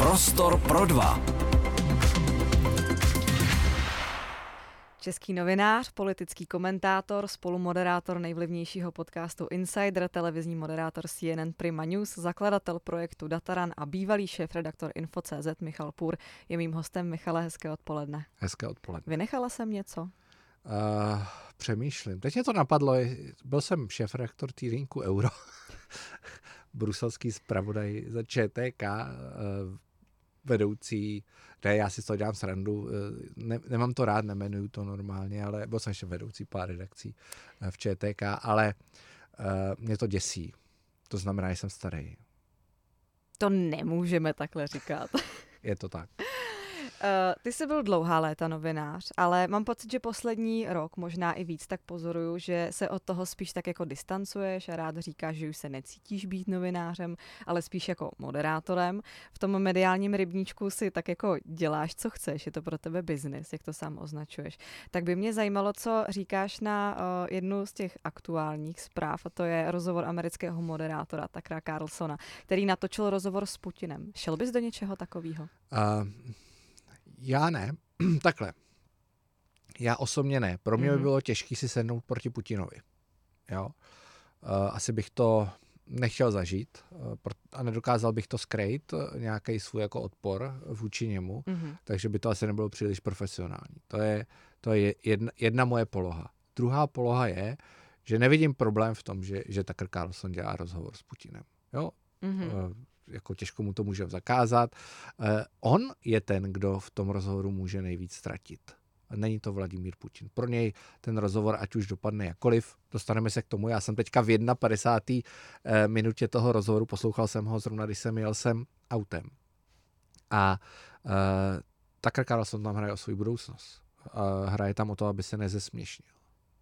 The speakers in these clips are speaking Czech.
Prostor pro dva. Český novinář, politický komentátor, spolumoderátor nejvlivnějšího podcastu Insider, televizní moderátor CNN Prima News, zakladatel projektu Dataran a bývalý šéfredaktor Info.cz Michal Půr je mým hostem. Michale, hezké odpoledne. Hezké odpoledne. Vynechala jsem něco? Přemýšlím. Teď mě to napadlo. Byl jsem šéfredaktor týdeníku Euro, bruselský zpravodaj za ČTK, vedoucí, ne, já si z toho dělám srandu, nemám to rád, nemenuju to normálně, ale byl jsem ještě vedoucí pár redakcí v ČTK, ale mě to děsí. To znamená, že jsem starý. To nemůžeme takhle říkat. Je to tak. Ty jsi byl dlouhá léta novinář, ale mám pocit, že poslední rok, možná i víc, tak pozoruju, že se od toho spíš tak jako distancuješ a rád říkáš, že už se necítíš být novinářem, ale spíš jako moderátorem. V tom mediálním rybníčku si tak jako děláš, co chceš, je to pro tebe biznis, jak to sám označuješ. Tak by mě zajímalo, co říkáš na jednu z těch aktuálních zpráv, a to je rozhovor amerického moderátora Tuckera Carlsona, který natočil rozhovor s Putinem. Šel bys do něčeho takového? Já ne. Takhle. Já osobně ne. Pro mě by bylo těžké si sednout proti Putinovi. Jo? Asi bych to nechtěl zažít a nedokázal bych to skrýt, nějaký svůj jako odpor vůči němu, takže by to asi nebylo příliš profesionální. To je jedna moje poloha. Druhá poloha je, že nevidím problém v tom, že Tucker Carlson dělá rozhovor s Putinem. Jo? Jako těžko mu to můžeme zakázat. On je ten, kdo v tom rozhovoru může nejvíc ztratit. Není to Vladimír Putin. Pro něj ten rozhovor, ať už dopadne jakkoliv, dostaneme se k tomu. Já jsem teďka v 51. minutě toho rozhovoru, poslouchal jsem ho zrovna, když jsem jel sem autem. A Tucker Carlson tam hraje o svou budoucnost. Hraje tam o to, aby se nezesměšnil.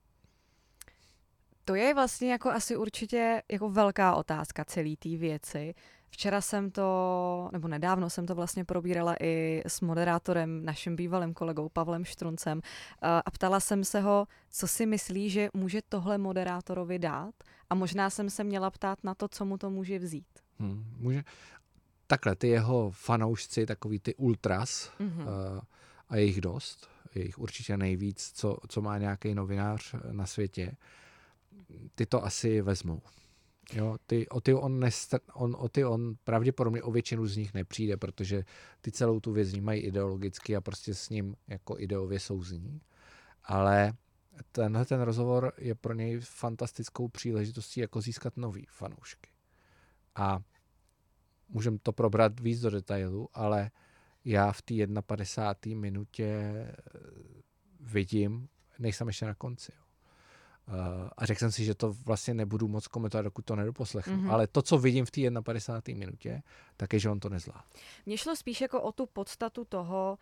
To je vlastně jako asi určitě jako velká otázka celé té věci. Včera jsem to, nebo nedávno jsem to vlastně probírala i s moderátorem, naším bývalým kolegou Pavlem Štruncem a ptala jsem se ho, co si myslí, že může tohle moderátorovi dát, a možná jsem se měla ptát na to, co mu to může vzít. Může. Takhle, ty jeho fanoušci, takový ty ultras, a je jich dost, je jich určitě nejvíc, co má nějaký novinář na světě, ty to asi vezmou. Jo, on pravděpodobně o většinu z nich nepřijde, protože ty celou tu věc vnímají ideologicky a prostě s ním jako ideově souzní. Ale tenhle ten rozhovor je pro něj fantastickou příležitostí jako získat nový fanoušky. A můžeme to probrat víc do detailu, ale já v té 51. minutě vidím, nejsem ještě na konci. Jo. A řekl jsem si, že to vlastně nebudu moc komentovat, dokud to nedoposlechnu. Ale to, co vidím v té 51. minutě, tak je, že on to nezvládl. Mně šlo spíš jako o tu podstatu toho,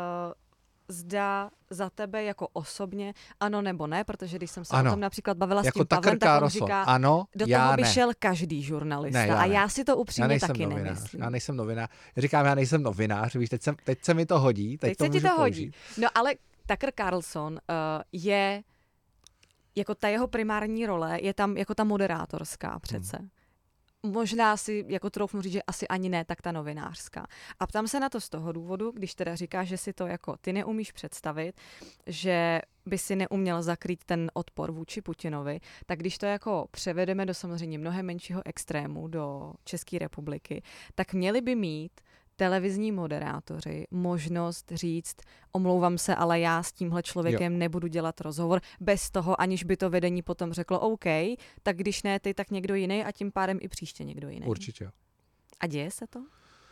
zda za tebe jako osobně ano nebo ne, protože když jsem se o tom například bavila jako s tím Pavlem, tak on říká, ano, do toho by šel každý žurnalista. Ne, a já si to upřímně taky nemyslím. Já nejsem novinář. Já říkám, já nejsem novinář, víš, teď se mi to hodí. Teď se ti to hodí. Použít. No ale Tucker Carlson je jako ta jeho primární role je tam jako ta moderátorská přece. Možná si jako troufnu říct, že asi ani ne tak ta novinářská. A ptám se na to z toho důvodu, když teda říkáš, že si to jako ty neumíš představit, že by si neuměl zakrýt ten odpor vůči Putinovi, tak když to jako převedeme do samozřejmě mnohem menšího extrému, do České republiky, tak měli by mít televizní moderátoři možnost říct, omlouvám se, ale já s tímhle člověkem nebudu dělat rozhovor, bez toho, aniž by to vedení potom řeklo OK, tak když ne ty, tak někdo jiný a tím pádem i příště někdo jiný. Určitě. A děje se to?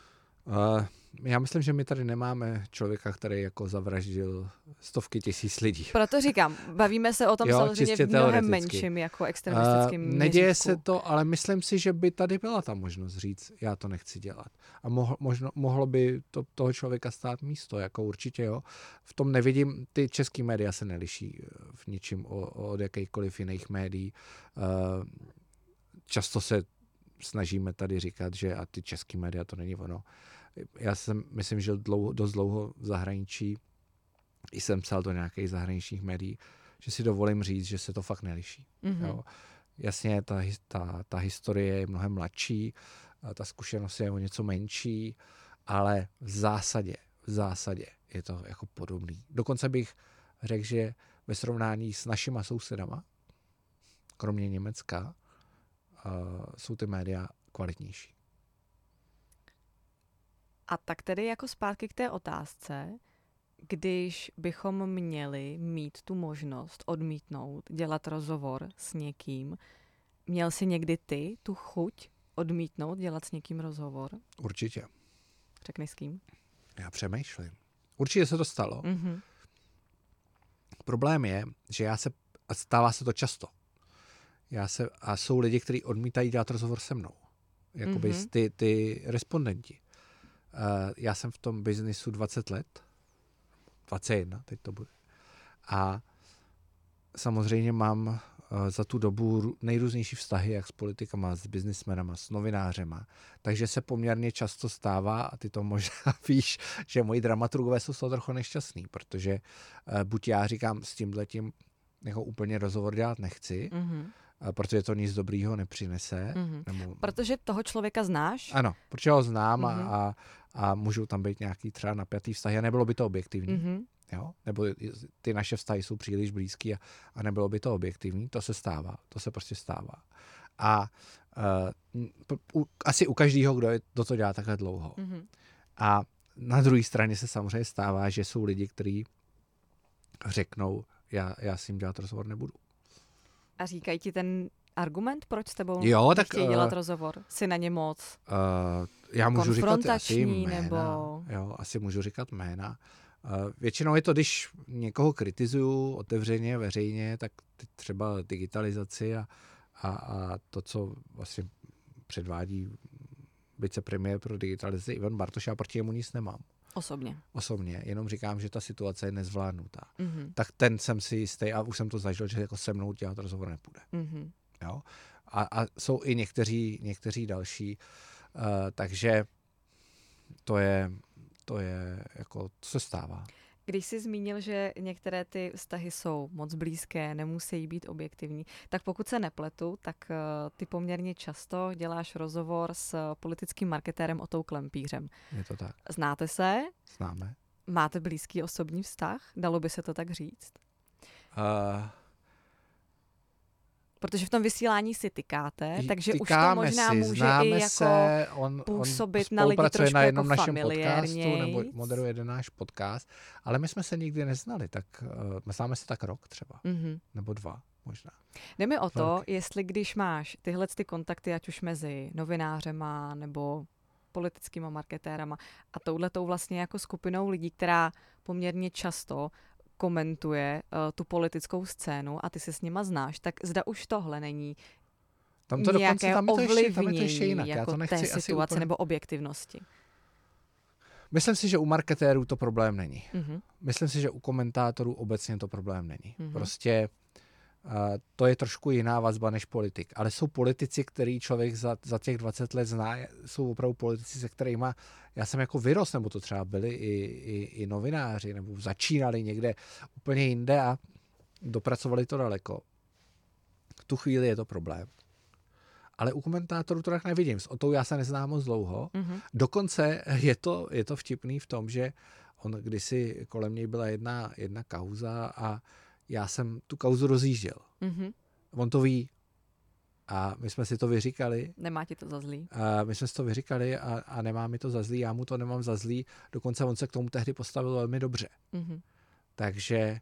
Já myslím, že my tady nemáme člověka, který jako zavraždil stovky tisíc lidí. Proto říkám, bavíme se o tom samozřejmě v mnohem menším jako extremistickým měřítku. Neděje se to, ale myslím si, že by tady byla ta možnost říct, já to nechci dělat. A mohlo by toho člověka stát místo, jako určitě jo. V tom nevidím, ty český média se neliší v ničím od jakýchkoliv jiných médií. Často se snažíme tady říkat, že a ty český média to není ono. Já jsem, myslím, že dost dlouho v zahraničí, jsem psal do nějakých zahraničních médií, že si dovolím říct, že se to fakt neliší. Jo. Jasně, ta historie je mnohem mladší, ta zkušenost je o něco menší, ale v zásadě je to jako podobný. Dokonce bych řekl, že ve srovnání s našima sousedama, kromě Německa, jsou ty média kvalitnější. A tak tedy jako zpátky k té otázce, když bychom měli mít tu možnost odmítnout, dělat rozhovor s někým, měl jsi někdy ty tu chuť odmítnout, dělat s někým rozhovor? Určitě. Řekni s kým. Já přemýšlím. Určitě se to stalo. Mm-hmm. Problém je, že a stává se to často. A jsou lidi, kteří odmítají dělat rozhovor se mnou. Jakoby ty respondenti. Já jsem v tom biznisu 20 let. 21, teď to bude. A samozřejmě mám za tu dobu nejrůznější vztahy, jak s politikama, s biznismenama, s novinářema. Takže se poměrně často stává, a ty to možná víš, že moji dramaturgové jsou z toho trochu nešťastný, protože buď já říkám s tímhletím jako úplně rozhovor dělat nechci, protože to nic dobrýho nepřinese. Nebo... Protože toho člověka znáš? Ano, protože ho znám a můžou tam být nějaký třeba napjatý vztahy a nebylo by to objektivní. Jo? Nebo ty naše vztahy jsou příliš blízký a nebylo by to objektivní. To se stává. To se prostě stává. A asi u každého, kdo to dělá takhle dlouho. A na druhé straně se samozřejmě stává, že jsou lidi, kteří řeknou, já s ním dělat rozhovor nebudu. A říkají ti ten argument, proč s tebou nechtějí dělat rozhovor? Jsi na ně moc já můžu říkat asi jména. Nebo... Jo, asi můžu říkat jména. Většinou je to, když někoho kritizuju otevřeně, veřejně, tak třeba digitalizaci a to, co vlastně předvádí vicepremiér pro digitalizaci Ivan Bartoš, já proti němu nic nemám. Osobně, jenom říkám, že ta situace je nezvládnutá. Tak ten jsem si jistý a už jsem to zažil, že jako se mnou dělat rozhovor nepůjde. Jo? A jsou i někteří další, takže to je jako, to se stává. Když jsi zmínil, že některé ty vztahy jsou moc blízké, nemusí být objektivní, tak pokud se nepletu, tak ty poměrně často děláš rozhovor s politickým marketérem Otou Klempířem. Je to tak. Znáte se? Známe. Máte blízký osobní vztah? Dalo by se to tak říct? Protože v tom vysílání si tykáte, takže už to možná může i jako působit na lidi trošku na jednom jako našem podcastu, nebo familiérnějc. moderuje jeden náš podcast, ale my jsme se nikdy neznali, tak my známe se tak rok třeba, nebo 2 možná. Jde mi o to, jestli když máš tyhle ty kontakty, ať už mezi novinářema nebo politickýma marketérama a touhletou vlastně jako skupinou lidí, která poměrně často komentuje tu politickou scénu a ty se s nima znáš, tak zda už tohle není nějaké ovlivnění jako té situace nebo objektivnosti. Myslím si, že u marketérů to problém není. Myslím si, že u komentátorů obecně to problém není. Prostě to je trošku jiná vazba než politik. Ale jsou politici, který člověk za těch 20 let zná, jsou opravdu politici, se kterými já jsem jako vyrost, nebo to třeba byli i novináři, nebo začínali někde úplně jinde a dopracovali to daleko. V tu chvíli je to problém. Ale u komentátorů to tak nevidím. S Otou já se neznám moc dlouho. Dokonce je to vtipný v tom, že on kdysi kolem něj byla jedna kauza a já jsem tu kauzu rozjížděl. On to ví. A my jsme si to vyříkali. Nemá ti to za zlý. My jsme si to vyříkali a nemá mi to za zlý. Já mu to nemám za zlý. Dokonce on se k tomu tehdy postavil velmi dobře. Takže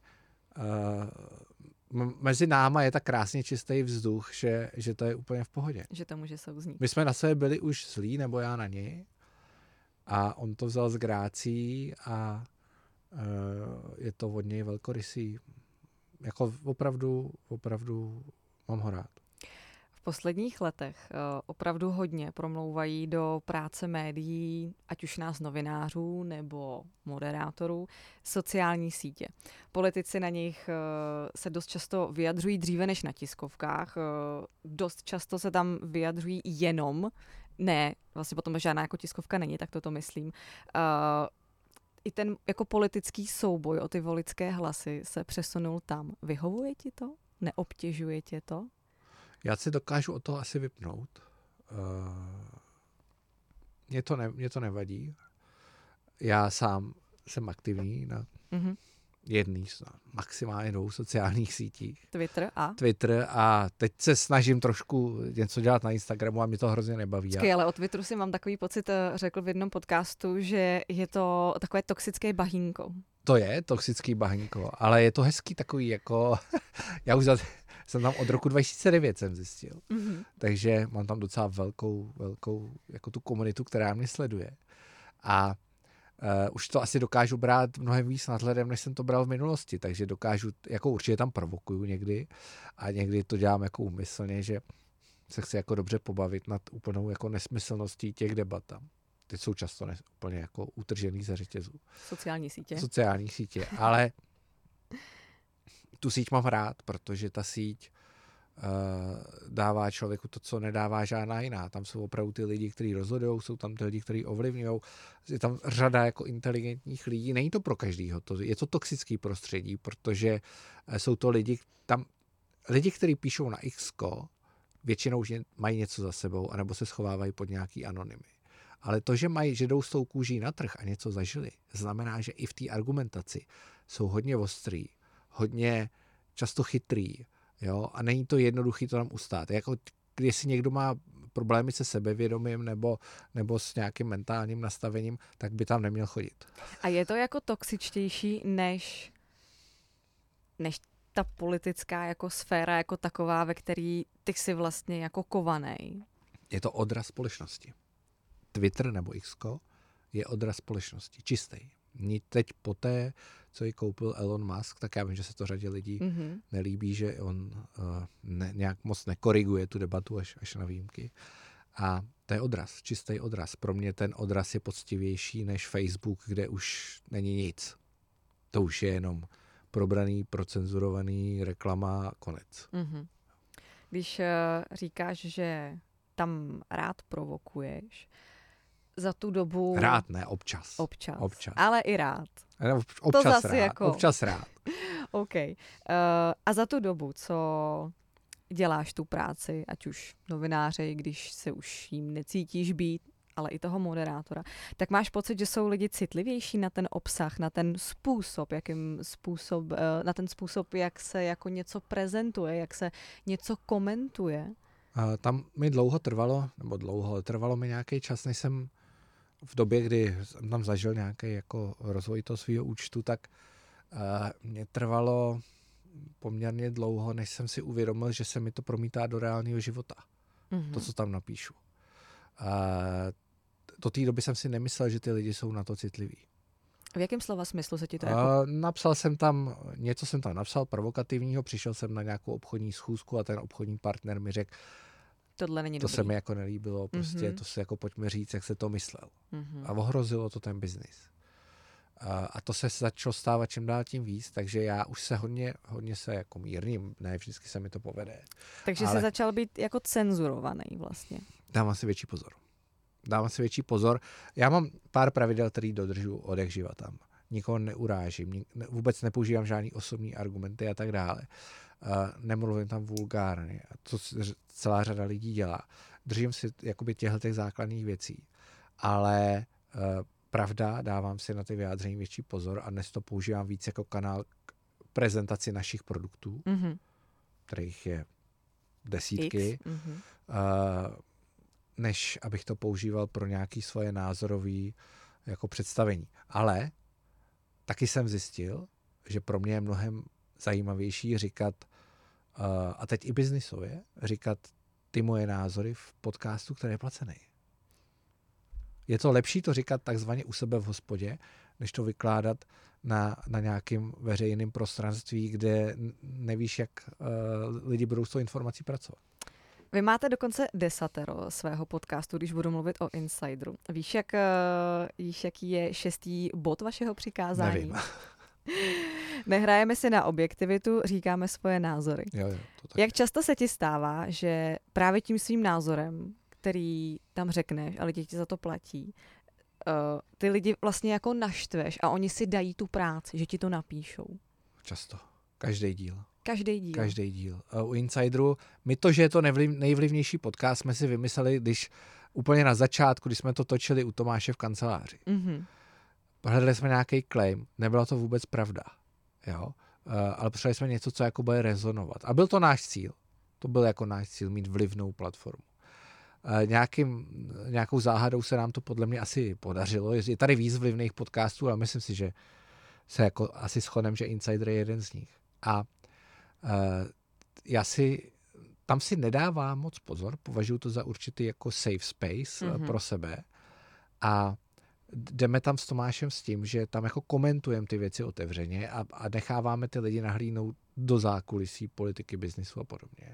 mezi náma je tak krásně čistý vzduch, že to je úplně v pohodě. Že to může souznít. My jsme na sebe byli už zlí, nebo já na něj. A on to vzal s grácí a je to od něj velkorysý. Jako opravdu mám ho rád. V posledních letech opravdu hodně promlouvají do práce médií, ať už nás novinářů nebo moderátorů, sociální sítě. Politici na nich se dost často vyjadřují dříve než na tiskovkách. Dost často se tam vyjadřují jenom, ne, vlastně potom žádná jako tiskovka není, tak toto myslím. I ten jako politický souboj o ty voličské hlasy se přesunul tam. Vyhovuje ti to? Neobtěžuje tě to? Já si dokážu od toho asi vypnout. Mně to nevadí. Já sám jsem aktivní na jedný, maximálně 2 sociálních sítích. Twitter a teď se snažím trošku něco dělat na Instagramu a mě to hrozně nebaví. Ale o Twitteru si mám takový pocit, řekl v jednom podcastu, že je to takové toxické bahínko. To je toxický bahínko, ale je to hezký takový jako, já už jsem tam od roku 2009 jsem zjistil, takže mám tam docela velkou jako tu komunitu, která mě sleduje. A už to asi dokážu brát mnohem víc nadhledem, než jsem to bral v minulosti, takže dokážu, jako určitě tam provokuju někdy a někdy to dělám jako úmyslně, že se chci jako dobře pobavit nad úplnou jako nesmyslností těch debat tam. Teď jsou často úplně jako utržený ze řetězů. Sociální sítě, ale tu síť mám rád, protože ta síť dává člověku to, co nedává žádná jiná. Tam jsou opravdu ty lidi, kteří rozhodují, jsou tam ty lidi, kteří ovlivňují. Je tam řada jako inteligentních lidí. Není to pro každýho. Je to toxický prostředí, protože jsou to lidi, kteří píšou na Xko, většinou že mají něco za sebou, anebo se schovávají pod nějaký anonymy. Ale to, že jdou s tou kůží na trh a něco zažili, znamená, že i v té argumentaci jsou hodně ostrý, hodně často chytrý, jo, a není to jednoduchý to tam ustát. Jako když si někdo má problémy se sebevědomím nebo s nějakým mentálním nastavením, tak by tam neměl chodit. A je to jako toxičtější než ta politická jako sféra jako taková, ve který ty jsi vlastně jako kovanej? Je to odraz společnosti. Twitter nebo Xko je odraz společnosti. Čistý. Teď poté, co ji koupil Elon Musk, tak já vím, že se to řadě lidí nelíbí, že on nějak moc nekoriguje tu debatu až na výjimky. A to je odraz, čistý odraz. Pro mě ten odraz je poctivější než Facebook, kde už není nic. To už je jenom probraný, procenzurovaný, reklama, konec. Když říkáš, že tam rád provokuješ, za tu dobu... Rád ne, občas. Ale i rád. Občas rád. OK. A za tu dobu, co děláš tu práci, ať už novináře, když se už jim necítíš být, ale i toho moderátora, tak máš pocit, že jsou lidi citlivější na ten obsah, na ten způsob, na ten způsob, jak se jako něco prezentuje, jak se něco komentuje? Tam mi trvalo mi nějaký čas, než jsem v době, kdy jsem tam zažil nějaký jako rozvoj toho svého účtu, tak mě trvalo poměrně dlouho, než jsem si uvědomil, že se mi to promítá do reálného života. To, co tam napíšu. Do té doby jsem si nemyslel, že ty lidi jsou na to citliví. V jakém slova smyslu se ti to jako... Něco jsem tam napsal provokativního, přišel jsem na nějakou obchodní schůzku a ten obchodní partner mi řekl, tohle není dobrý. Se mi jako nelíbilo, prostě to se jako pojďme říct, jak se to myslel. A ohrozilo to ten biznis. A to se začalo stávat čím dál tím víc, takže já už se hodně se jako mírním, ne vždycky se mi to povede. Takže jsi začal být jako cenzurovaný vlastně. Dávám si větší pozor. Já mám pár pravidel, který dodržu od jak živa tam. Nikoho neurážím, vůbec nepoužívám žádný osobní argumenty a tak dále. Nemluvím tam vulgárně, to celá řada lidí dělá. Držím si jakoby těch základních věcí, ale pravda, dávám si na ty vyjádření větší pozor a dnes to používám víc jako kanál k prezentaci našich produktů, kterých je desítky, než abych to používal pro nějaké svoje názorové jako představení. Ale taky jsem zjistil, že pro mě je mnohem zajímavější říkat, a teď i biznisově, říkat ty moje názory v podcastu, který je placený. Je to lepší to říkat takzvaně u sebe v hospodě, než to vykládat na nějakém veřejném prostranství, kde nevíš, jak lidi budou s tou informací pracovat. Vy máte dokonce desatero svého podcastu, když budu mluvit o Insideru. Víš, jaký je 6. bod vašeho přikázání? Nevím. Nehrajeme si na objektivitu, říkáme svoje názory. Jo, to tak. Jak často se ti stává, že právě tím svým názorem, který tam řekneš a lidi ti za to platí, ty lidi vlastně jako naštveš a oni si dají tu práci, že ti to napíšou? Často. Každý díl. Každý díl. U Insideru, my to, že je to nejvlivnější podcast, jsme si vymysleli, když úplně na začátku, když jsme to točili u Tomáše v kanceláři. hledali jsme nějaký claim, nebyla to vůbec pravda, jo? Ale potřebovali jsme něco, co jako bude rezonovat. A byl to náš cíl. To byl jako náš cíl, mít vlivnou platformu. Nějakou záhadou se nám to podle mě asi podařilo. Je tady víc vlivných podcastů, ale myslím si, že se jako asi shodneme, že Insider je jeden z nich. A tam si nedávám moc pozor, považuji to za určitý jako safe space pro sebe. A jdeme tam s Tomášem s tím, že tam jako komentujeme ty věci otevřeně a necháváme ty lidi nahlídnout do zákulisí politiky, biznisu a podobně.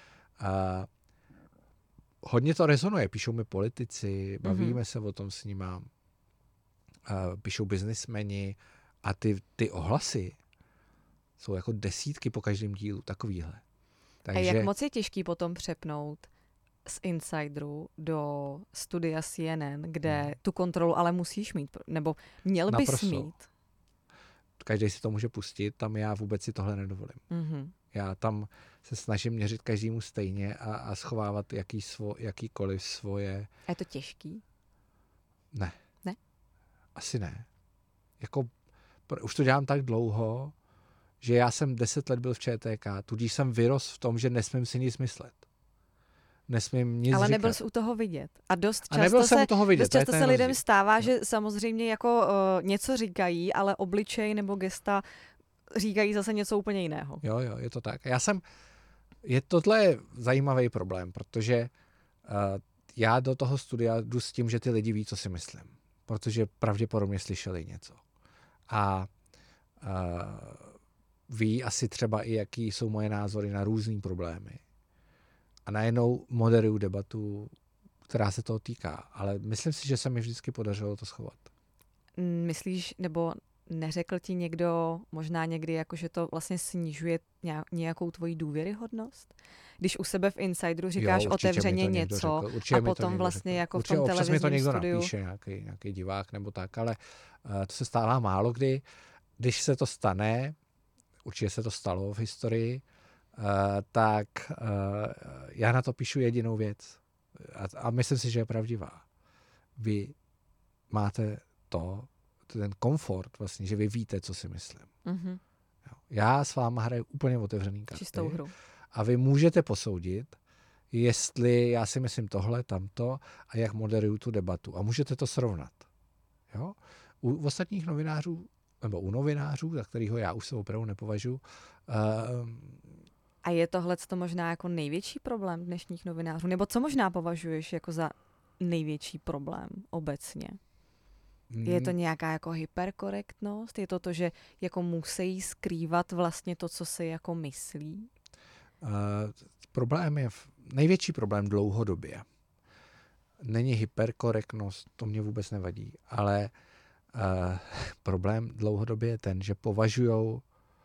Hodně to rezonuje, píšou mi politici, bavíme se o tom s nima, píšou biznismeni a ty ohlasy jsou jako desítky po každém dílu, takovýhle. Takže... A jak moc je těžký potom přepnout z Insideru do studia CNN, kde tu kontrolu ale musíš mít, nebo měl bys naprosto mít? Každý si to může pustit, tam já vůbec si tohle nedovolím. Já tam se snažím měřit každému stejně a schovávat jakýkoliv svoje... A je to těžký? Ne. Ne? Asi ne. Jako, už to dělám tak dlouho, že já jsem 10 let byl v ČTK, tudíž jsem vyrost v tom, že nesmím si nic myslet. Nesmím nic ale říkat. Nebyl jsi u toho vidět. A dost často se lidem stává, že samozřejmě jako něco říkají, ale obličej nebo gesta říkají zase něco úplně jiného. Jo, je to tak. Tohle je zajímavý problém, protože já do toho studia jdu s tím, že ty lidi ví, co si myslím. Protože pravděpodobně slyšeli něco. A ví asi třeba i, jaký jsou moje názory na různý problémy. A najednou moderuju debatu, která se toho týká. Ale myslím si, že se mi vždycky podařilo to schovat. Myslíš, nebo neřekl ti někdo možná někdy, jako že to vlastně snižuje nějakou tvoji důvěryhodnost? Když u sebe v Insideru říkáš otevřeně něco a potom vlastně jako v tom televizním studiu. Občas mi to někdo studiu... napíše, nějaký divák nebo tak, ale to se stává málo kdy. Když se to stane, určitě se to stalo v historii, tak já na to píšu jedinou věc. A myslím si, že je pravdivá. Vy máte ten komfort vlastně, že vy víte, co si myslím. Mm-hmm. Já s váma hraju úplně otevřený karty. Čistou hru. A vy můžete posoudit, jestli já si myslím tohle, tamto a jak moderuju tu debatu. A můžete to srovnat. Jo? U ostatních novinářů, nebo u novinářů, za kterého já už se opravdu nepovažuji. A je tohle možná jako největší problém dnešních novinářů? Nebo co možná považuješ jako za největší problém obecně? Je to nějaká jako hyperkorektnost? Je to, že jako musí skrývat vlastně to, co se jako myslí? Největší problém dlouhodobě není hyperkorektnost, to mě vůbec nevadí, ale problém dlouhodobě je ten, že považujou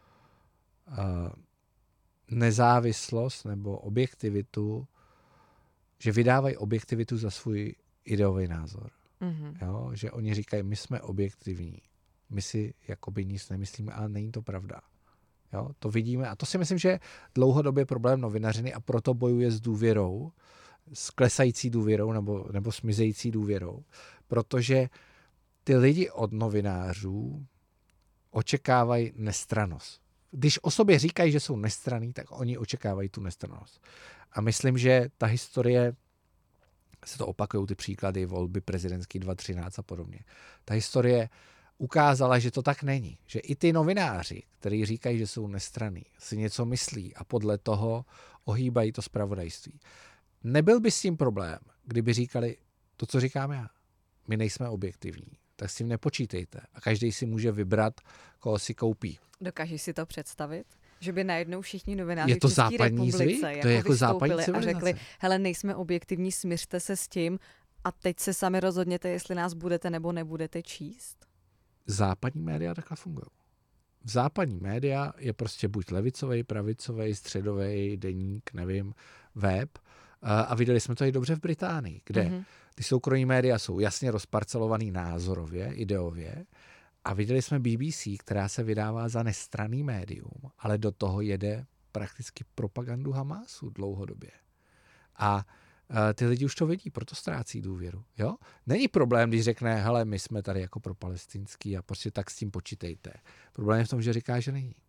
nezávislost nebo objektivitu, že vydávají objektivitu za svůj ideový názor. Mm-hmm. Jo? Že oni říkají, my jsme objektivní, my si jakoby nic nemyslíme, ale není to pravda. Jo? To vidíme a to si myslím, že je dlouhodobě problém novinařiny a proto bojuje s důvěrou, s klesající důvěrou nebo smizející důvěrou, protože ty lidi od novinářů očekávají nestrannost. Když o sobě říkají, že jsou nestranní, tak oni očekávají tu nestrannost. A myslím, že ta historie, se to opakují ty příklady, volby prezidentský 2013 a podobně. Ta historie ukázala, že to tak není. Že i ty novináři, kteří říkají, že jsou nestranní, si něco myslí a podle toho ohýbají to zpravodajství. Nebyl by s tím problém, kdyby říkali to, co říkám já. My nejsme objektivní, tak s tím nepočítejte. A každý si může vybrat, koho si koupí. Dokážeš si to představit? Že by najednou všichni novináři v České republice jako vystoupili a řekli, hele, nejsme objektivní, smiřte se s tím a teď se sami rozhodněte, jestli nás budete nebo nebudete číst? Západní média takhle fungují. V západní média je prostě buď levicový, pravicový, středový, deník, nevím, web. A viděli jsme to i dobře v Británii, kde ty soukromí média jsou jasně rozparcelovaný názorově, ideově. A viděli jsme BBC, která se vydává za nestranný médium, ale do toho jede prakticky propagandu Hamásu dlouhodobě. A ty lidi už to vidí, proto ztrácí důvěru. Jo? Není problém, když řekne, hele, my jsme tady jako pro palestinský a prostě tak s tím počítejte. Problém je v tom, že říká, že není.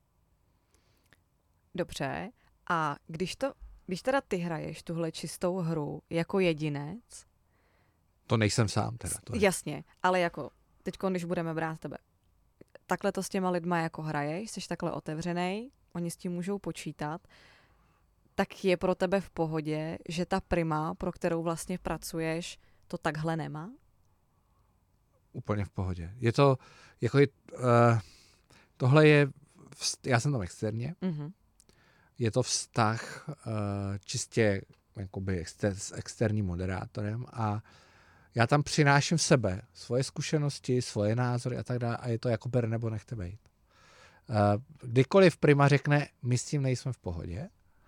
Dobře. A když teda ty hraješ tuhle čistou hru jako jedinec... To nejsem sám teda. To je. Jasně, ale jako teď, když budeme brát tebe, takhle to s těma lidma jako hraješ, jsi takhle otevřenej, oni s tím můžou počítat, tak je pro tebe v pohodě, že ta prima, pro kterou vlastně pracuješ, to takhle nemá? Úplně v pohodě. Je to, jako tohle je, já jsem tam externě, je to vztah čistě jakoby s externím moderátorem a já tam přináším v sebe svoje zkušenosti, svoje názory a tak dále a je to jako ber nebo nechte bejt. Kdykoliv prima řekne, my s tím nejsme v pohodě,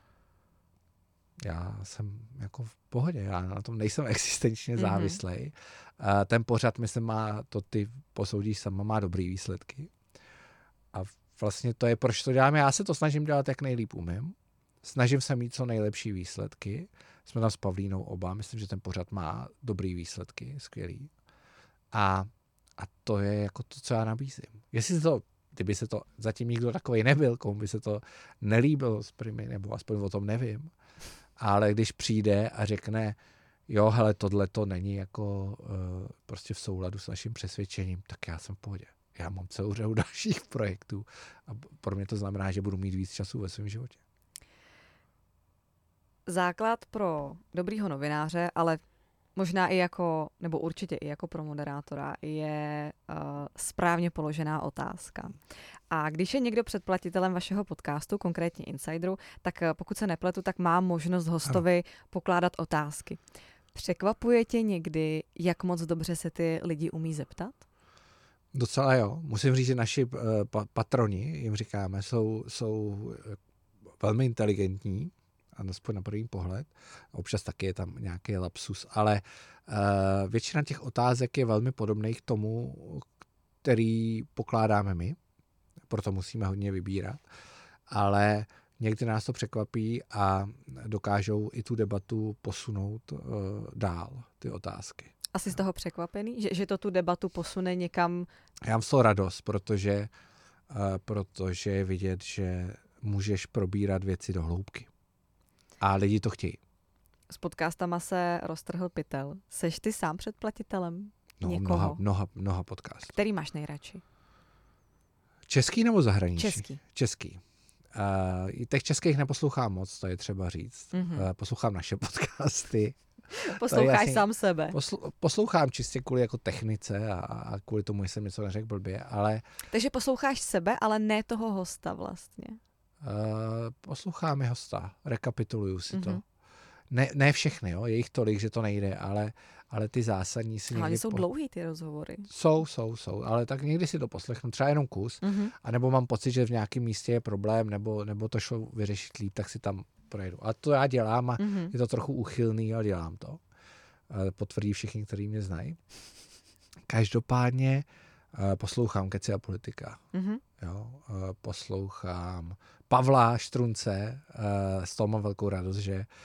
já jsem jako v pohodě, já na tom nejsem existenčně závislej. Ten pořad, myslím, má, to ty posoudíš sama, má dobrý výsledky. A vlastně to je, proč to dělám. Já se to snažím dělat, jak nejlíp umím. Snažím se mít co nejlepší výsledky. Jsme tam s Pavlínou oba, myslím, že ten pořad má dobrý výsledky, skvělý. A to je jako to, co já nabízím. Kdyby se to zatím nikdo takovej nebyl, komu by se to nelíbilo s primy, nebo aspoň o tom nevím, ale když přijde a řekne, jo, hele, tohle to není jako prostě v souladu s naším přesvědčením, tak já jsem v pohodě. Já mám celou řadu dalších projektů a pro mě to znamená, že budu mít víc času ve svém životě. Základ pro dobrýho novináře, ale možná i jako, nebo určitě i jako pro moderátora, je správně položená otázka. A když je někdo předplatitelem vašeho podcastu, konkrétně Insideru, tak pokud se nepletu, tak má možnost hostovi pokládat otázky. Překvapuje tě někdy, jak moc dobře se ty lidi umí zeptat? Docela jo. Musím říct, že naši patroni, jim říkáme, jsou velmi inteligentní, aspoň na první pohled. Občas taky je tam nějaký lapsus, ale většina těch otázek je velmi podobných k tomu, který pokládáme my. Proto musíme hodně vybírat. Ale někdy nás to překvapí a dokážou i tu debatu posunout dál, ty otázky. Asi z toho překvapený, že to tu debatu posune někam? Já mám z toho radost, protože je vidět, že můžeš probírat věci do hloubky. A lidi to chtějí. S podcastama se roztrhl pytel. Seš ty sám předplatitelem někoho? Mnoha podcastů. Který máš nejradši? Český nebo zahraniční? Český. Těch českých neposlouchám moc, to je třeba říct. Poslouchám naše podcasty. Posloucháš sám sebe. Poslouchám čistě kvůli jako technice a kvůli tomu, že jsem něco neřekl blbě, ale... Takže posloucháš sebe, ale ne toho hosta vlastně. Poslouchám i hosta, rekapituluju si to. Ne všechny, jo, je jich tolik, že to nejde, ale ty zásadní si někdy... Ale jsou dlouhý ty rozhovory. Jsou, ale tak někdy si to poslechnu, třeba jenom kus, anebo mám pocit, že v nějakém místě je problém, nebo to šlo vyřešit líp, tak si tam projedu. A to já dělám a je to trochu uchylný, ale dělám to. Potvrdí všichni, kteří mě znají. Každopádně poslouchám Keci a politika. Jo, poslouchám Pavla Štrunce, z toho mám velkou radost,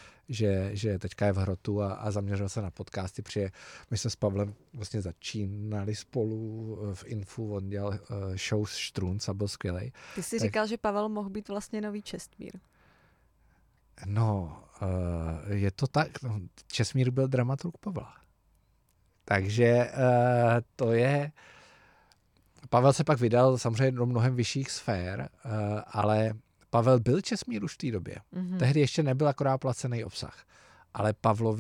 že teďka je v Hrotu a zaměřil se na podcasty, protože my jsme s Pavlem vlastně začínali spolu v Infu, on dělal show s Štrunc a byl skvělej. Ty jsi říkal, že Pavel mohl být vlastně nový Čestmír. No, je to tak. No, Čestmír byl dramaturg Pavla. Takže to je... Pavel se pak vydal samozřejmě do mnohem vyšších sfér, ale Pavel byl Čestmír už v té době. Tehdy ještě nebyl akorát placený obsah. Ale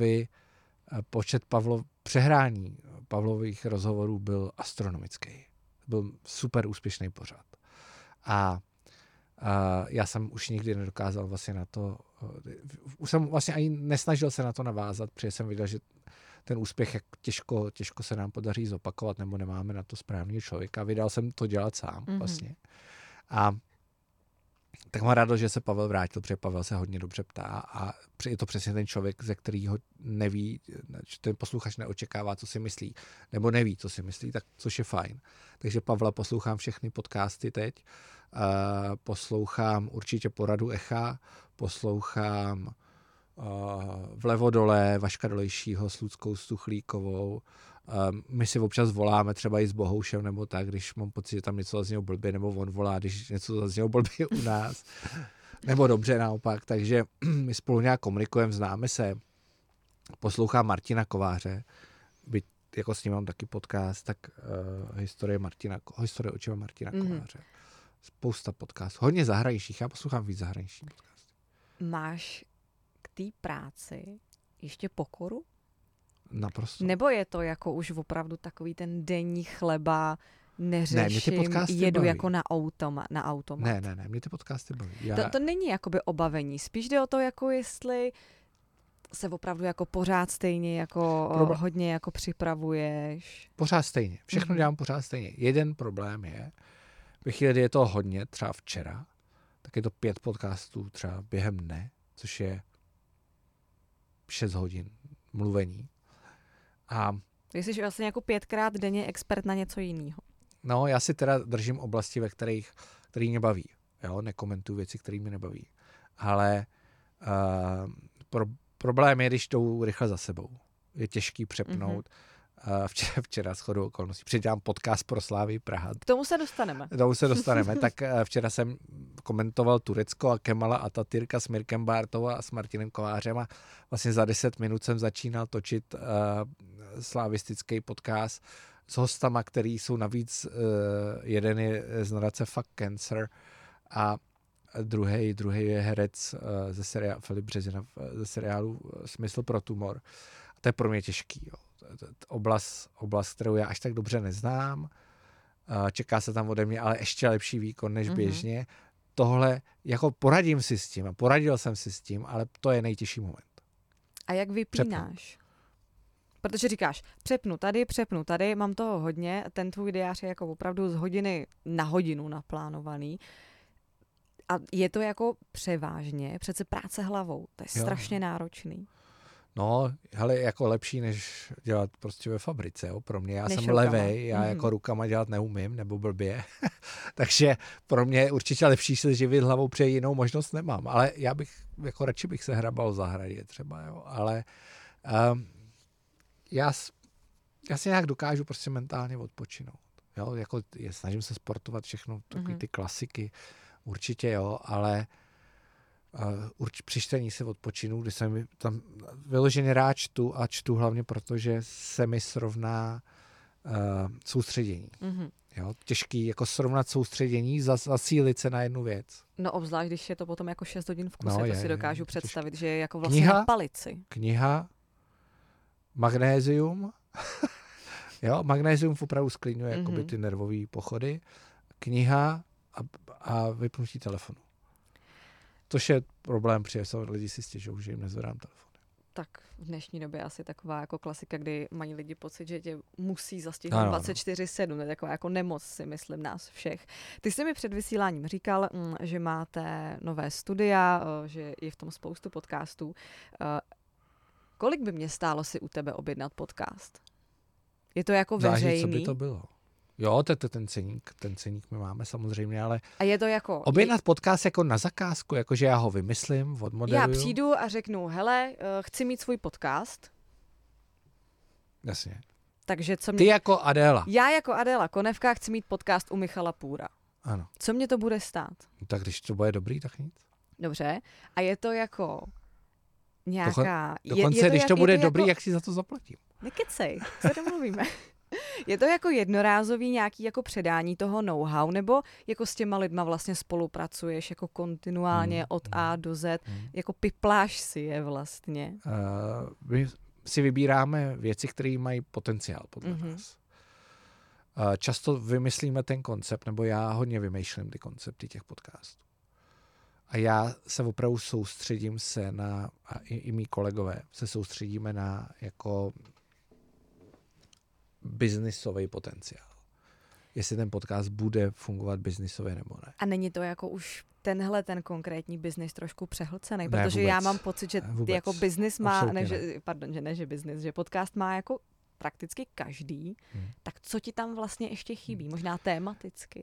přehrání Pavlových rozhovorů byl astronomický. Byl super úspěšný pořad. A já jsem už nikdy nedokázal vlastně na to, už jsem vlastně ani nesnažil se na to navázat, protože jsem viděl, že ten úspěch jak těžko se nám podaří zopakovat, nebo nemáme na to správného člověka. Vydal jsem to dělat sám vlastně. A tak mám rádo, že se Pavel vrátil, protože Pavel se hodně dobře ptá a je to přesně ten člověk, ze kterého neví, ten posluchač neočekává, co si myslí, nebo neví, co si myslí, tak což je fajn. Takže Pavla poslouchám všechny podcasty teď, poslouchám určitě poradu Echa, poslouchám vlevo dole Vaška Dolejšího s Luckou Stuchlíkovou. My si občas voláme třeba i s Bohoušem nebo tak, když mám pocit, že tam něco zaznělo blbě, nebo on volá, když něco zaznělo blbě u nás. Nebo dobře naopak, takže my spolu nějak komunikujeme, známe se. Poslouchám Martina Kováře, byť jako s ním mám taky podcast, tak historie očima Martina Kováře. Spousta podcastů, hodně zahraničních, já poslouchám víc zahraničních podcastů. Máš k té práci ještě pokoru? Naprosto. Nebo je to jako už opravdu takový ten denní chleba, neřeším, jedu baví. jako na automat? Ne, mě ty podcasty baví. To není jakoby obavení, spíš jde o to, jako jestli se opravdu jako pořád stejně jako hodně jako připravuješ. Pořád stejně. Všechno dělám pořád stejně. Jeden problém je, ve chvíli, kdy je to hodně, třeba včera, tak je to 5 podcastů třeba během dne, což je 6 hodin mluvení. A ty jsi vlastně jako 5krát denně expert na něco jiného. No, já si teda držím oblasti, ve kterých mě baví. Jo? Nekomentuju věci, které mě nebaví. Ale problém je, když jdou rychle za sebou. Je těžký přepnout. Včera shodou okolností předělám podcast pro Slávy Praha. K tomu se dostaneme. Tak včera jsem komentoval Turecko a Kemala Atatürka s Mirkem Bártovou a s Martinem Kovářem a vlastně za 10 minut jsem začínal točit slavistický podcast s hostama, který jsou navíc, jeden je z nadace Fuck Cancer a druhý je herec ze seriálu Filip Březina ze seriálu Smysl pro tumor. A to je pro mě těžký. Jo. Oblast, kterou já až tak dobře neznám. Čeká se tam ode mě, ale ještě lepší výkon než běžně. Tohle, jako poradím si s tím a poradil jsem si s tím, ale to je nejtěžší moment. A jak vypínáš? Protože říkáš, přepnu tady, mám toho hodně, ten tvůj diář je jako opravdu z hodiny na hodinu naplánovaný. A je to jako převážně přece práce hlavou. To je strašně náročný. No, hele, jako lepší, než dělat prostě ve fabrice, jo, pro mě. Já jsem levej, já jako rukama dělat neumím, nebo blbě. Takže pro mě je určitě lepší se živit hlavou, protože jinou možnost nemám. Ale já bych, jako radši bych se hrabal v zahradě třeba, jo. Ale já si nějak dokážu prostě mentálně odpočinout. Jo, jako snažím se sportovat všechno, takový ty klasiky, určitě jo, ale při čtení se odpočinu, když jsem tam vyloženě rád čtu a čtu hlavně proto, že se mi srovná soustředění. Jo, těžký jako srovnat soustředění, zacílit se na jednu věc. No obzvlášť, když je to potom jako 6 hodin v kuse, to si dokážu představit, že je jako vlastně kniha, na palici. Kniha, magnézium, jo, magnézium opravdu sklidňuje jakoby ty nervové pochody, kniha a vypnutí telefonu. Tož je problém, protože lidi si stěžují, že jim nezvedám telefon. Tak v dnešní době asi taková jako klasika, kdy mají lidi pocit, že tě musí zastihnout 24/7. To je taková jako nemoc, si myslím, nás všech. Ty jsi mi před vysíláním říkal, že máte nové studia, že je v tom spoustu podcastů. Kolik by mě stálo si u tebe objednat podcast? Je to jako veřejný? Záleží, co by to bylo. Jo, ten ceník my máme samozřejmě, ale a je to jako objednat podcast jako na zakázku, jakože já ho vymyslím, odmoderuju. Já přijdu a řeknu, hele, chci mít svůj podcast. Jasně. Takže co mě... Ty jako Adéla. Já jako Adéla Konevka chci mít podcast u Michala Půra. Ano. Co mě to bude stát? Tak když to bude dobrý, tak nic. Dobře. A je to jako nějaká... Dokonce, když to bude dobrý, jak si za to zaplatím? Nekecej, se domluvíme. Je to jako jednorázový nějaký jako předání toho know-how, nebo jako s těma lidma vlastně spolupracuješ jako kontinuálně od A do Z, jako pipláš si je vlastně? My si vybíráme věci, které mají potenciál podle nás. Často vymyslíme ten koncept, nebo já hodně vymýšlím ty koncepty těch podcastů. A já se opravdu soustředím se na, a i mý kolegové se soustředíme na jako biznisový potenciál. Jestli ten podcast bude fungovat biznisově nebo ne. A není to jako už ten konkrétní biznis trošku přehlcený? Ne, Protože vůbec. Já mám pocit, že jako biznis má, že podcast má jako prakticky každý. Tak co ti tam vlastně ještě chybí? Možná tematicky?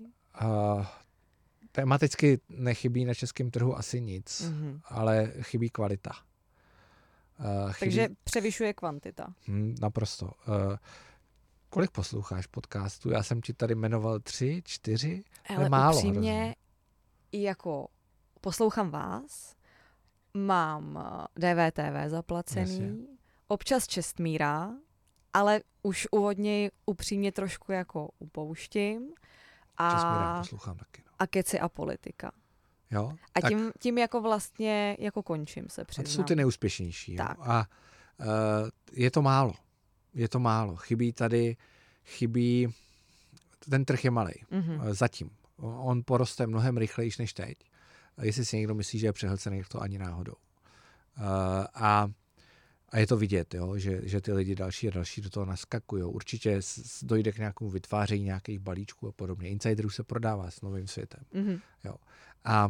Tematicky nechybí na českém trhu asi nic, ale chybí kvalita. Takže převyšuje kvantita. Naprosto. Kolik posloucháš podcastů? Já jsem ti tady jmenoval 3, 4, ale málo. Upřímně, jako poslouchám vás, mám DVTV zaplacený, občas Čestmíra, ale už úvodně upřímně trošku jako upouštím. Čestmíra poslouchám taky. No. A Keci a politika. Jo? A tím jako vlastně jako končím, se přiznám. To jsou ty nejúspěšnější. Jo? A je to málo. Je to málo. Chybí, ten trh je malej. Zatím. On poroste mnohem rychleji než teď. Jestli si někdo myslí, že je přehlcený, to ani náhodou. A je to vidět, jo? Že ty lidi další a další do toho naskakují. Určitě dojde k nějakému vytváření nějakých balíčků a podobně. Insiderů se prodává s novým světem. Jo? A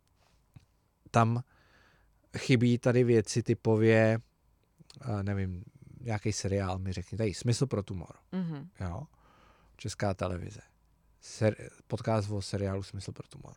tam chybí tady věci typově, nevím, nějaký seriál mi řekni, tady Smysl pro tumor. Jo? Česká televize. Podcast o seriálu Smysl pro tumor.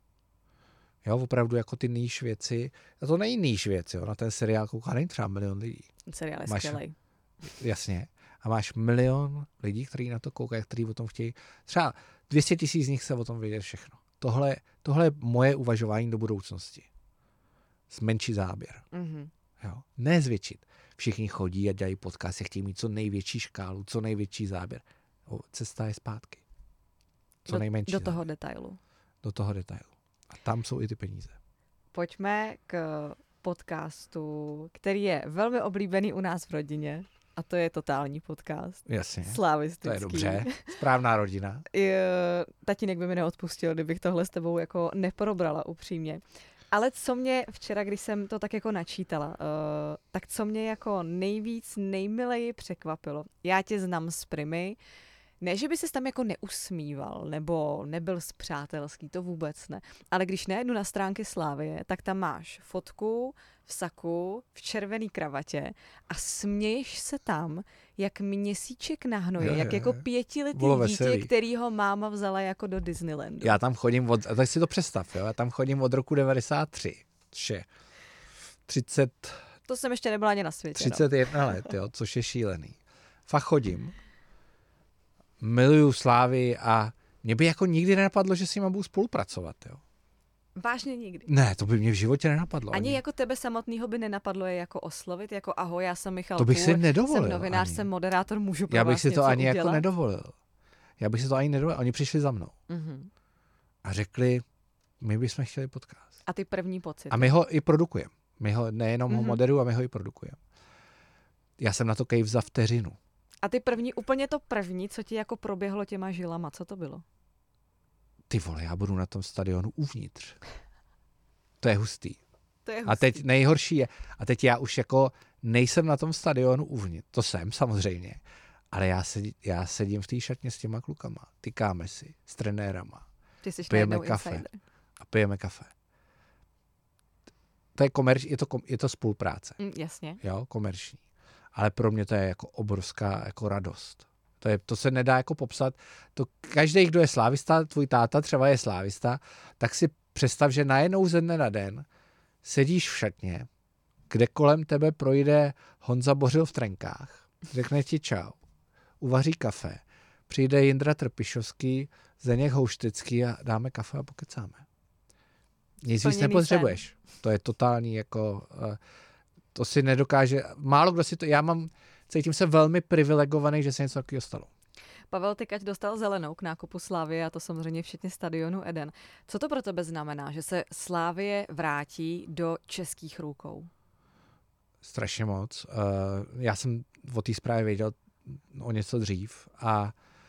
Jo, opravdu jako ty níž věci. A to není níž věc, jo. Na ten seriál kouká není třeba 1 milion lidí. Seriál je skvělej. Jasně. A máš 1 milion lidí, kteří na to koukají, kteří o tom chtějí. Třeba 200 000 z nich se o tom vědět všechno. Tohle je moje uvažování do budoucnosti. Zmenšit záběr. Jo? Ne zvětšit. Všichni chodí a dělají podcasty, chtějí mít co největší škálu, co největší záběr. Cesta je zpátky. Co nejmenší do toho detailu. Do toho detailu. A tam jsou i ty peníze. Pojďme k podcastu, který je velmi oblíbený u nás v rodině. A to je totální podcast. Jasně. Slavistický. To je dobře. Správná rodina. Tatínek by mi neodpustil, kdybych tohle s tebou jako neprobrala upřímně. Ale co mě včera, když jsem to tak jako načítala, tak co mě jako nejmileji překvapilo. Já tě znám z Primy. Ne, že by ses tam jako neusmíval, nebo nebyl spřátelský, to vůbec ne. Ale když najedu na stránky Slávie, tak tam máš fotku v saku, v červený kravatě a směješ se tam, jak měsíček na hnoji, jak jako 5letý dítě, kterýho máma vzala jako do Disneylandu. Já tam chodím tak si to představ, jo? Já tam chodím od roku 93. 30... To jsem ještě nebyla ani na světě. 31 let, jo? Což je šílený. Fakt chodím. Miluju Slávy a mě by jako nikdy nenapadlo, že s nima budu spolupracovat, jo. Vážně nikdy? Ne, to by mě v životě nenapadlo. Ani jako tebe samotného by nenapadlo je jako oslovit, jako ahoj, já jsem Michal To bych si nedovolil. Jsem novinář, jsem moderátor, můžu pro Já bych vás si to ani udělat? jako nedovolil. Oni přišli za mnou. A řekli, my bychom chtěli podcast. A ty první pocity. A my ho i produkujeme. My ho nejenom ho moderujeme, a my ho i produkujeme. Já jsem na to kejv za vteřinu. A ty úplně to první, co ti jako proběhlo těma žilama, co to bylo? Ty vole, já budu na tom stadionu uvnitř. To je hustý. A teď nejhorší je, a teď já už jako nejsem na tom stadionu uvnitř. To jsem samozřejmě. Ale já sedím v té šatně s těma klukama. Tykáme si s trenérama. Ty jsi pijeme kafe. Insider. A pijeme kafe. To je je to spolupráce. Jasně. Jo, komerční. Ale pro mě to je jako obrovská jako radost. To se nedá jako popsat. To každý, kdo je slávista, tvůj táta třeba je slávista, tak si představ, že najednou ze dne na den sedíš v šatně, kde kolem tebe projde Honza Bořil v trenkách, řekne ti čau, uvaří kafe, přijde Jindra Trpišovský, Zdeněk Houštecký a dáme kafe a pokecáme. Nic víc nepotřebuješ. To je totální jako... To si nedokáže, málo kdo si to, cítím se velmi privilegovaný, že se něco takového stalo. Pavel Tykať dostal zelenou k nákupu Slávie a to samozřejmě včetně stadionu Eden. Co to pro tebe znamená, že se Slávie vrátí do českých rukou? Strašně moc. Já jsem o té zprávě věděl o něco dřív a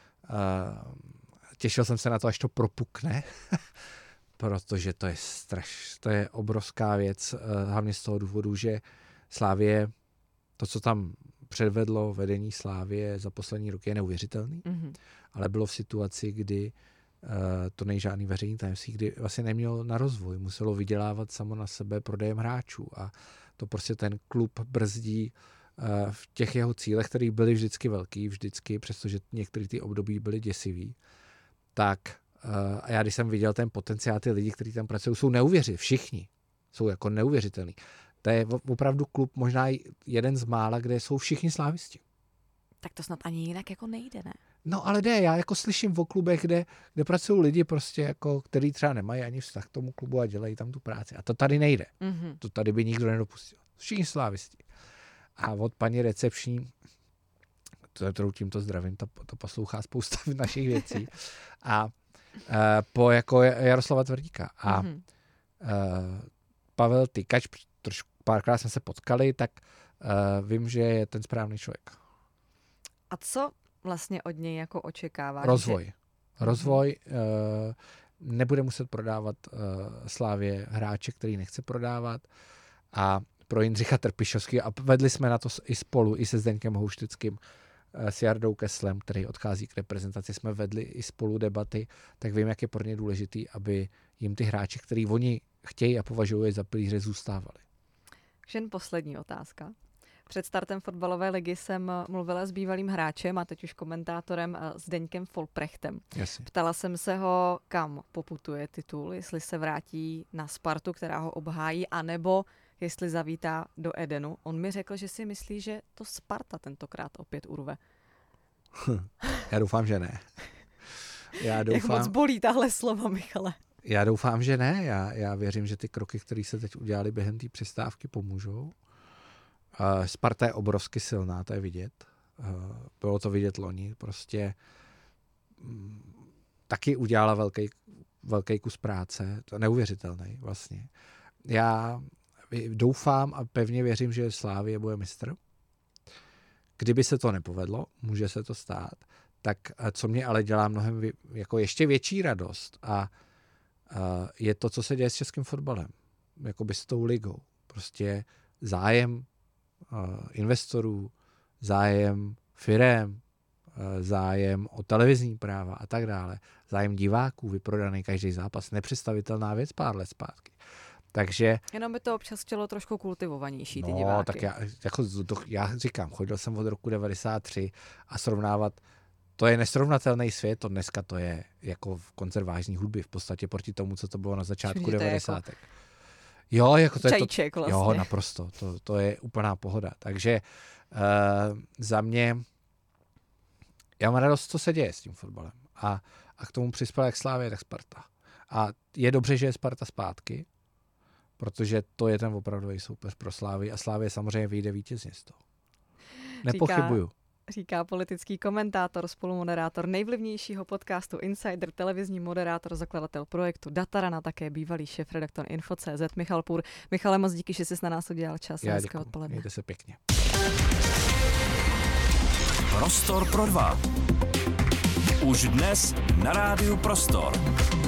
těšil jsem se na to, až to propukne, protože to je obrovská věc, hlavně z toho důvodu, že Slávie, to, co tam předvedlo vedení Slávie za poslední roky, je neuvěřitelný, ale bylo v situaci, kdy to není žádný veřejný tajemství, kdy vlastně nemělo na rozvoj, muselo vydělávat samo na sebe prodejem hráčů a to prostě ten klub brzdí v těch jeho cílech, které byly vždycky velký, přestože některé ty období byly děsivý, tak a já, když jsem viděl ten potenciál, ty lidi, kteří tam pracují, jsou neuvěřitelní. Všichni jsou jako neuvěřitelní. To je opravdu klub možná jeden z mála, kde jsou všichni slávisti. Tak to snad ani jinak jako nejde, ne? No ale jde, já jako slyším o klubech, kde pracují lidi prostě jako, který třeba nemají ani vztah k tomu klubu a dělají tam tu práci. A to tady nejde. Mm-hmm. To tady by nikdo nedopustil. Všichni slávisti. A od paní recepční, kterou tímto zdravím, to poslouchá spousta našich věcí. A po jako Jaroslava Tvrdíka. A Pavel Tykač, párkrát jsme se potkali, tak vím, že je ten správný člověk. A co vlastně od něj jako očekává? Rozvoj. Rozvoj. Nebude muset prodávat Slávě hráče, který nechce prodávat. A pro Jindřicha Trpišovského, a vedli jsme na to i spolu, i se Zdeňkem Houštickým, s Jardou Keslem, který odchází k reprezentaci, jsme vedli i spolu debaty, tak vím, jak je pro ně důležitý, aby jim ty hráči, který oni chtějí a považují za pilíře, zůstávali. Jen poslední otázka. Před startem fotbalové ligy jsem mluvila s bývalým hráčem a teď už komentátorem Zdeňkem Folprechtem. Jasně. Ptala jsem se ho, kam poputuje titul, jestli se vrátí na Spartu, která ho obhájí, anebo jestli zavítá do Edenu. On mi řekl, že si myslí, že to Sparta tentokrát opět urve. Já doufám, že ne. Jak moc bolí tahle slova, Michale. Já doufám, že ne. Já věřím, že ty kroky, které se teď udělali během té přestávky, pomůžou. Sparta je obrovsky silná, to je vidět. Bylo to vidět loni. Prostě taky udělala velký kus práce. To je neuvěřitelný vlastně. Já doufám a pevně věřím, že Slavia bude mistr. Kdyby se to nepovedlo, může se to stát, tak co mě ale dělá mnohem jako ještě větší radost a je to, co se děje s českým fotbalem. Jakoby s tou ligou. Prostě zájem investorů, zájem firem, zájem o televizní práva a tak dále. Zájem diváků, vyprodaný každý zápas. Nepředstavitelná věc pár let zpátky. Takže... Jenom by to občas chtělo trošku kultivovanější, ty diváky. No, tak já říkám, chodil jsem od roku 93 a srovnávat, to je nesrovnatelný svět, to dneska to je jako v koncertvážní hudby v podstatě proti tomu, co to bylo na začátku 90. Jako... Jo, jako to čajček je to, vlastně. Jo, naprosto, to je úplná pohoda. Takže za mě, já mám radost, co se děje s tím fotbalem. A k tomu přispěla jak Slavia, tak Sparta. A je dobře, že je Sparta zpátky, protože to je ten opravdový soupeř pro Slávy a Slávě samozřejmě vyjde vítězně z toho. Nepochybuju. Říká politický komentátor, spolumoderátor nejvlivnějšího podcastu Insider, televizní moderátor, zakladatel projektu Datarana, také bývalý šéfredaktor Info.cz Michal Půr. Michale, moc díky, že jsi na nás udělal čas. Já děkuji. Mějte se pěkně. Prostor pro dva. Už dnes na rádiu Prostor.